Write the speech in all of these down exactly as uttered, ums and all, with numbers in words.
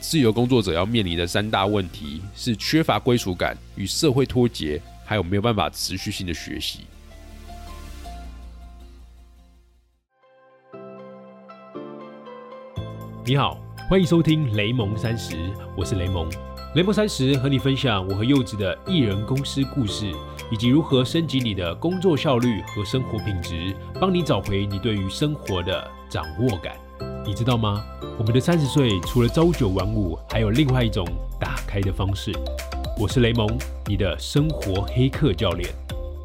自由工作者要面临的三大问题是缺乏归属感、与社会脱节，还有没有办法持续性的学习。 你好，欢迎收听雷蒙三十，我是雷蒙。雷蒙三十和你分享我和柚子的艺人公司故事，以及如何升级你的工作效率和生活品质，帮你找回你对于生活的掌握感。你知道吗？我们的三十岁除了朝九晚五，还有另外一种打开的方式。我是雷蒙，你的生活黑客教练。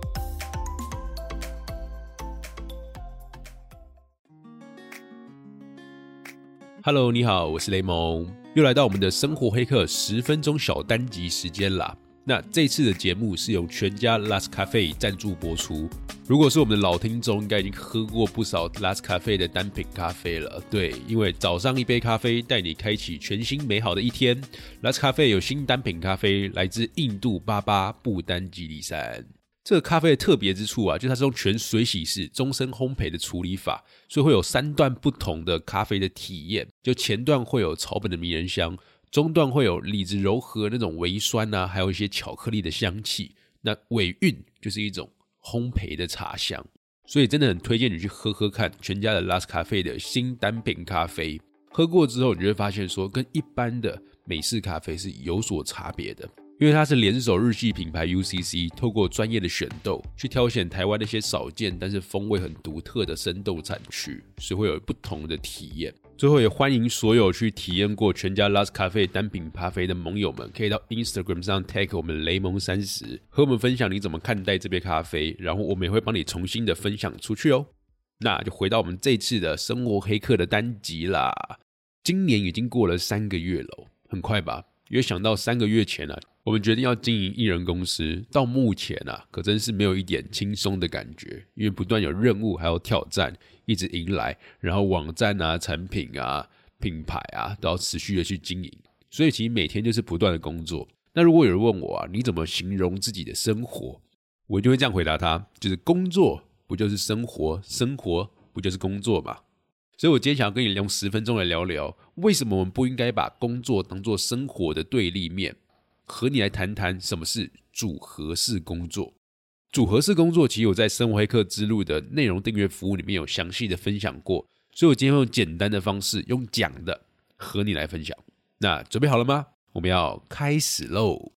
Hello， 你好，我是雷蒙，又来到我们的生活黑客十分钟小单集时间啦。那这次的节目是由全家 Last Cafe 赞助播出。如果是我们的老听众，应该已经喝过不少 Last Cafe 的单品咖啡了。对，因为早上一杯咖啡带你开启全新美好的一天。Last Cafe 有新单品咖啡，来自印度巴巴布丹吉里山。这个咖啡的特别之处啊，就是它是用全水洗式终身烘焙的处理法，所以会有三段不同的咖啡的体验。就前段会有草本的迷人香，中段会有李子柔和那种微酸啊，还有一些巧克力的香气。那尾韵就是一种烘焙的茶香，所以真的很推荐你去喝喝看全家的 Last Cafe 的新单品咖啡。喝过之后，你就会发现说，跟一般的美式咖啡是有所差别的。因为它是联手日系品牌 U C C， 透过专业的选豆去挑选台湾那些少见但是风味很独特的生豆产区，所以会有不同的体验。最后也欢迎所有去体验过全家 Last Cafe 单品咖啡的盟友们，可以到 Instagram 上 tag 我们雷蒙三十，和我们分享你怎么看待这杯咖啡，然后我们也会帮你重新的分享出去哦。那就回到我们这次的生活黑客的单集啦。今年已经过了三个月了，很快吧？因为想到三个月前啊，我们决定要经营艺人公司，到目前啊，可真是没有一点轻松的感觉，因为不断有任务还有挑战一直迎来，然后网站啊、产品啊、品牌啊都要持续的去经营，所以其实每天就是不断的工作。那如果有人问我啊，你怎么形容自己的生活？我就会这样回答他，就是工作不就是生活，生活不就是工作嘛。所以我今天想要跟你用十分钟来聊聊，为什么我们不应该把工作当作生活的对立面，和你来谈谈什么是组合式工作。组合式工作其实我在生活黑客之路的内容订阅服务里面有详细的分享过，所以我今天用简单的方式，用讲的和你来分享。那准备好了吗？我们要开始咯。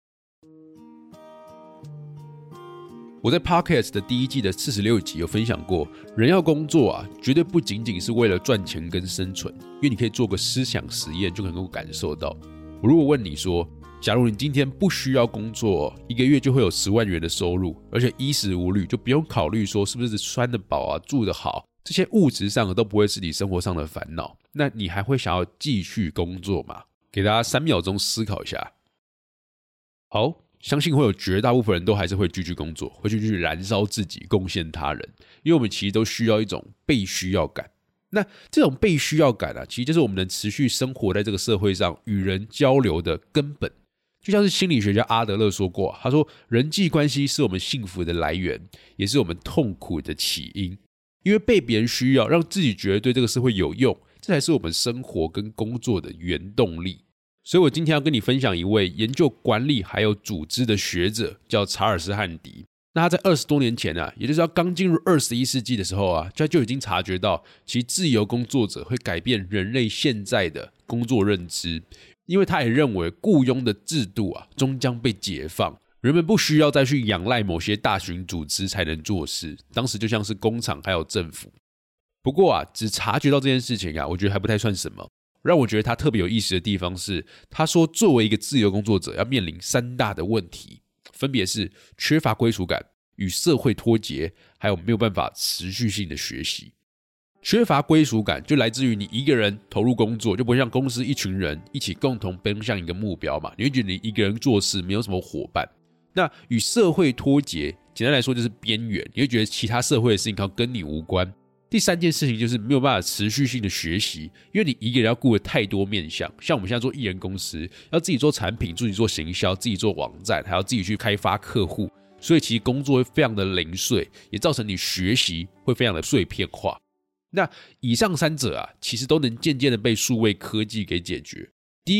我在 Podcast 的第一季的四十六集有分享过，人要工作啊，绝对不仅仅是为了赚钱跟生存，因为你可以做个思想实验就能够感受到。我如果问你说，假如你今天不需要工作，一个月就会有十万元的收入，而且衣食无虑，就不用考虑说是不是穿得饱啊、住得好，这些物质上的都不会是你生活上的烦恼，那你还会想要继续工作吗？给大家三秒钟思考一下。好，相信会有绝大部分人都还是会继续工作，会继续燃烧自己，贡献他人，因为我们其实都需要一种被需要感。那这种被需要感啊，其实就是我们能持续生活在这个社会上与人交流的根本。就像是心理学家阿德勒说过，他说人际关系是我们幸福的来源，也是我们痛苦的起因。因为被别人需要，让自己觉得对这个社会有用，这才是我们生活跟工作的原动力。所以我今天要跟你分享一位研究管理还有组织的学者，叫查尔斯汉迪。那他在二十多年前啊，也就是要刚进入二十一世纪的时候啊，他就已经察觉到，其实自由工作者会改变人类现在的工作认知，因为他也认为雇佣的制度啊，终将被解放，人们不需要再去仰赖某些大型组织才能做事。当时就像是工厂还有政府。不过啊，只察觉到这件事情啊，我觉得还不太算什么。让我觉得他特别有意思的地方是，他说作为一个自由工作者要面临三大的问题，分别是缺乏归属感、与社会脱节，还有没有办法持续性的学习。缺乏归属感就来自于你一个人投入工作，就不会像公司一群人一起共同奔向一个目标嘛，你会觉得你一个人做事没有什么伙伴。那与社会脱节，简单来说就是边缘，你会觉得其他社会的事情跟你无关。第三件事情就是没有办法持续性的学习，因为你一个人要顾的太多面向，像我们现在做艺人公司，要自己做产品，自己做行销，自己做网站，还要自己去开发客户，所以其实工作会非常的零碎，也造成你学习会非常的碎片化。那以上三者啊，其实都能渐渐的被数位科技给解决。第一个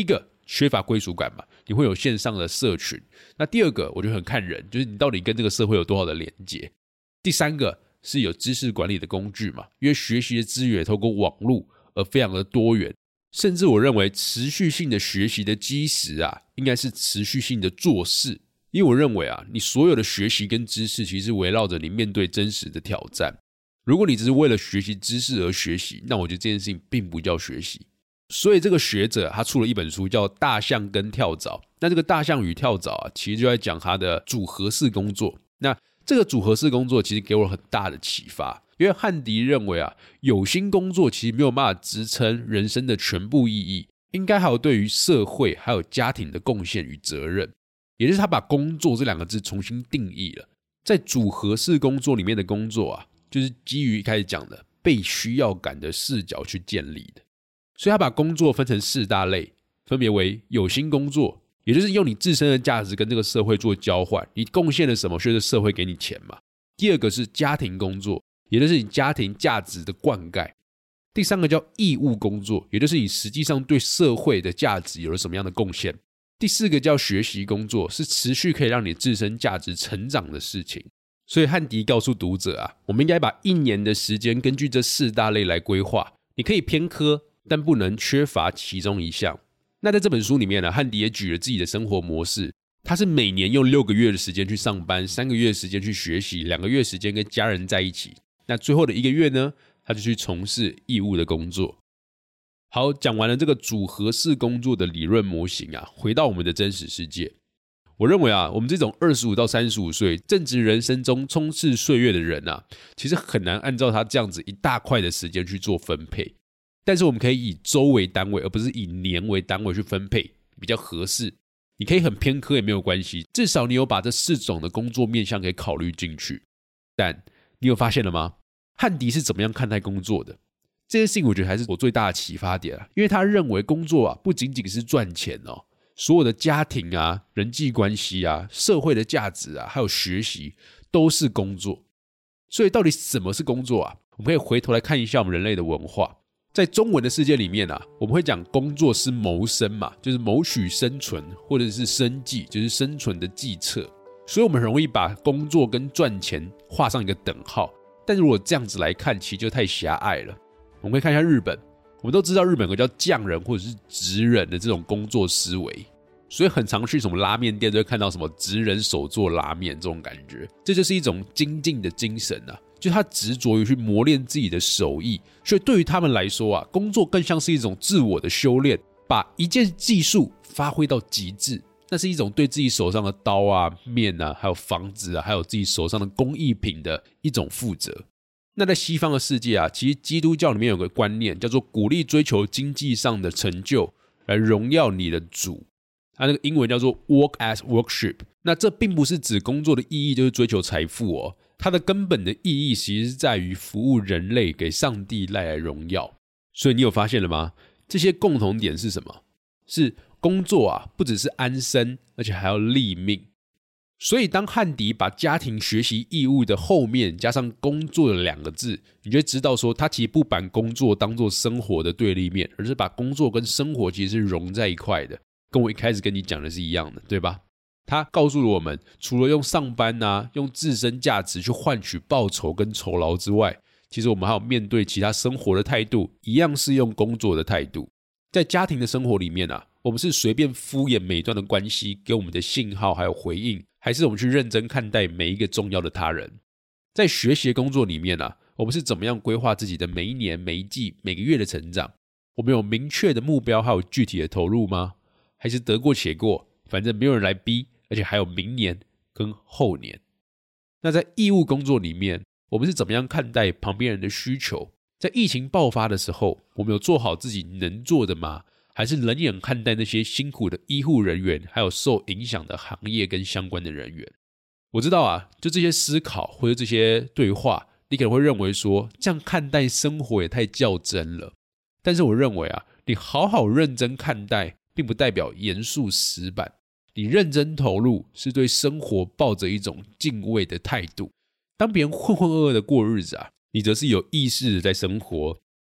缺乏归属感嘛，你会有线上的社群。那第二个我觉得很看人，就是你到底跟这个社会有多少的连结。第三个是有知识管理的工具嘛，因为学习的资源透过网络而非常的多元，甚至我认为持续性的学习的基石啊，应该是持续性的做事。因为我认为啊，你所有的学习跟知识其实围绕着你面对真实的挑战。如果你只是为了学习知识而学习，那我觉得这件事情并不叫学习。所以这个学者他出了一本书叫《大象跟跳蚤》，那这个大象与跳蚤啊，其实就在讲他的组合式工作。那这个组合式工作其实给我很大的启发，因为汉迪认为啊，有心工作其实没有办法支撑人生的全部意义，应该还有对于社会还有家庭的贡献与责任。也就是他把工作这两个字重新定义了，在组合式工作里面的工作啊，就是基于一开始讲的被需要感的视角去建立的。所以他把工作分成四大类，分别为有心工作，也就是用你自身的价值跟这个社会做交换，你贡献了什么，所以这社会给你钱嘛。第二个是家庭工作，也就是你家庭价值的灌溉。第三个叫义务工作，也就是你实际上对社会的价值有了什么样的贡献。第四个叫学习工作，是持续可以让你自身价值成长的事情。所以汉迪告诉读者啊，我们应该把一年的时间根据这四大类来规划，你可以偏科，但不能缺乏其中一项。那在这本书里面呢，汉迪也举了自己的生活模式，他是每年用六个月的时间去上班，三个月的时间去学习，两个月的时间跟家人在一起，那最后的一个月呢，他就去从事义务的工作。好，讲完了这个组合式工作的理论模型啊，回到我们的真实世界。我认为啊，我们这种二十五到三十五岁正值人生中冲刺岁月的人啊，其实很难按照他这样子一大块的时间去做分配。但是我们可以以周为单位，而不是以年为单位去分配，比较合适。你可以很偏科也没有关系，至少你有把这四种的工作面向给考虑进去。但你有发现了吗？汉迪是怎么样看待工作的？这件事情我觉得还是我最大的启发点啊，因为他认为工作啊不仅仅是赚钱哦，所有的家庭啊、人际关系啊、社会的价值啊，还有学习都是工作。所以到底什么是工作啊？我们可以回头来看一下我们人类的文化。在中文的世界里面啊，我们会讲工作是谋生嘛，就是谋取生存，或者是生计，就是生存的计策。所以我们很容易把工作跟赚钱画上一个等号，但如果这样子来看，其实就太狭隘了。我们可以看一下日本，我们都知道日本有个叫匠人或者是职人的这种工作思维，所以很常去什么拉面店都会看到什么职人手做拉面这种感觉，这就是一种精进的精神啊，就是他执着于去磨练自己的手艺，所以对于他们来说啊，工作更像是一种自我的修炼，把一件技术发挥到极致，那是一种对自己手上的刀啊、面啊，还有房子啊，还有自己手上的工艺品的一种负责。那在西方的世界啊，其实基督教里面有个观念叫做鼓励追求经济上的成就来荣耀你的主，它那个英文叫做 work as worship。 那这并不是指工作的意义就是追求财富哦，它的根本的意义其实是在于服务人类，给上帝带来荣耀。所以你有发现了吗？这些共同点是什么？是工作啊，不只是安身，而且还要立命。所以当汉迪把家庭学习义务的后面加上工作的两个字，你就会知道说他其实不把工作当作生活的对立面，而是把工作跟生活其实是融在一块的，跟我一开始跟你讲的是一样的，对吧？他告诉了我们，除了用上班啊，用自身价值去换取报酬跟酬劳之外，其实我们还有面对其他生活的态度，一样是用工作的态度。在家庭的生活里面啊，我们是随便敷衍每一段的关系给我们的信号还有回应，还是我们去认真看待每一个重要的他人？在学习的工作里面啊，我们是怎么样规划自己的每一年、每一季、每个月的成长？我们有明确的目标还有具体的投入吗？还是得过且过，反正没有人来逼，而且还有明年跟后年？那在义务工作里面，我们是怎么样看待旁边人的需求？在疫情爆发的时候，我们有做好自己能做的吗？还是冷眼看待那些辛苦的医护人员，还有受影响的行业跟相关的人员？我知道啊，就这些思考或者这些对话，你可能会认为说，这样看待生活也太较真了。但是我认为啊，你好好认真看待，并不代表严肃死板。你认真投入，是对生活抱着一种敬畏的态度。当别人浑浑噩噩的过日子啊，你则是有意识的在生活。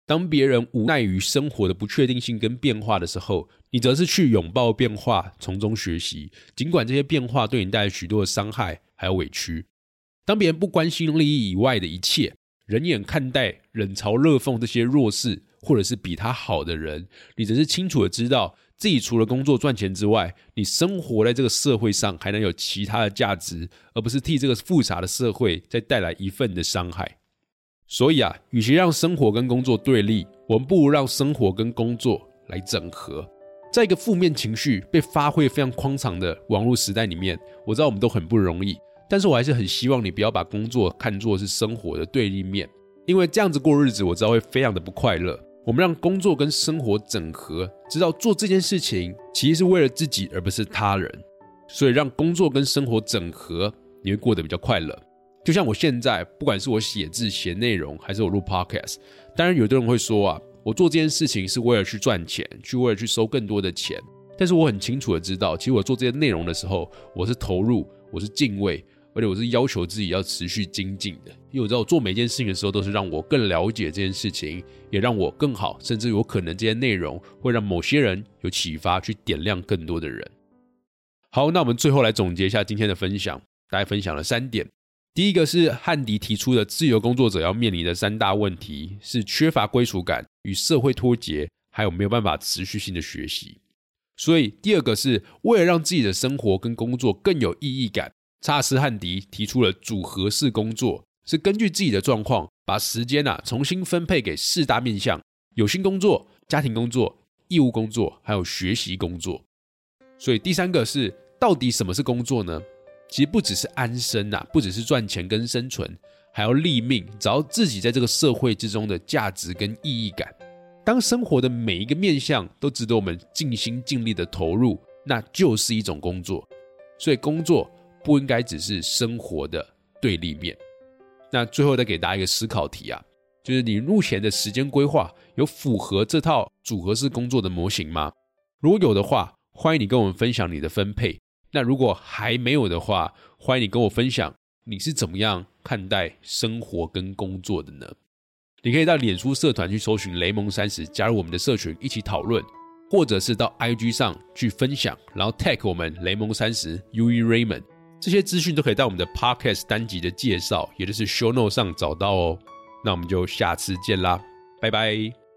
当别人无奈于生活的不确定性跟变化的时候，你则是去拥抱变化，从中学习，尽管这些变化对你带来许多的伤害还有委屈。当别人不关心利益以外的一切，人眼看待冷嘲热讽这些弱势或者是比他好的人，你则是清楚的知道自己除了工作赚钱之外，你生活在这个社会上还能有其他的价值，而不是替这个复杂的社会再带来一份的伤害。所以啊，与其让生活跟工作对立，我们不如让生活跟工作来整合。在一个负面情绪被发挥非常宽敞的网络时代里面，我知道我们都很不容易，但是我还是很希望你不要把工作看作是生活的对立面，因为这样子过日子我知道会非常的不快乐。我们让工作跟生活整合，知道做这件事情其实是为了自己而不是他人，所以让工作跟生活整合，你会过得比较快乐。就像我现在不管是我写字写内容还是我录 podcast， 当然有的人会说啊，我做这件事情是为了去赚钱，去为了去收更多的钱，但是我很清楚的知道，其实我做这些内容的时候，我是投入，我是敬畏，而且我是要求自己要持续精进的。因为我知道我做每件事情的时候都是让我更了解这件事情，也让我更好，甚至有可能这些内容会让某些人有启发，去点亮更多的人。好，那我们最后来总结一下今天的分享，大概分享了三点。第一个是汉迪提出的自由工作者要面临的三大问题，是缺乏归属感、与社会脱节，还有没有办法持续性的学习。所以第二个是为了让自己的生活跟工作更有意义感，查尔斯·汉迪提出了组合式工作，是根据自己的状况把时间啊重新分配给四大面向：有薪工作、家庭工作、义务工作，还有学习工作。所以第三个是到底什么是工作呢？其实不只是安身啊，不只是赚钱跟生存，还要立命，找到自己在这个社会之中的价值跟意义感。当生活的每一个面向都值得我们尽心尽力的投入，那就是一种工作。所以工作不应该只是生活的对立面。那最后再给大家一个思考题啊，就是你目前的时间规划有符合这套组合式工作的模型吗？如果有的话，欢迎你跟我们分享你的分配。那如果还没有的话，欢迎你跟我分享你是怎么样看待生活跟工作的呢？你可以到脸书社团去搜寻雷蒙三十，加入我们的社群一起讨论，或者是到 I G 上去分享，然后 tag 我们雷蒙三十 U E Raymond， 这些资讯都可以到我们的 podcast 单集的介绍，也就是 show note 上找到哦。那我们就下次见啦，拜拜。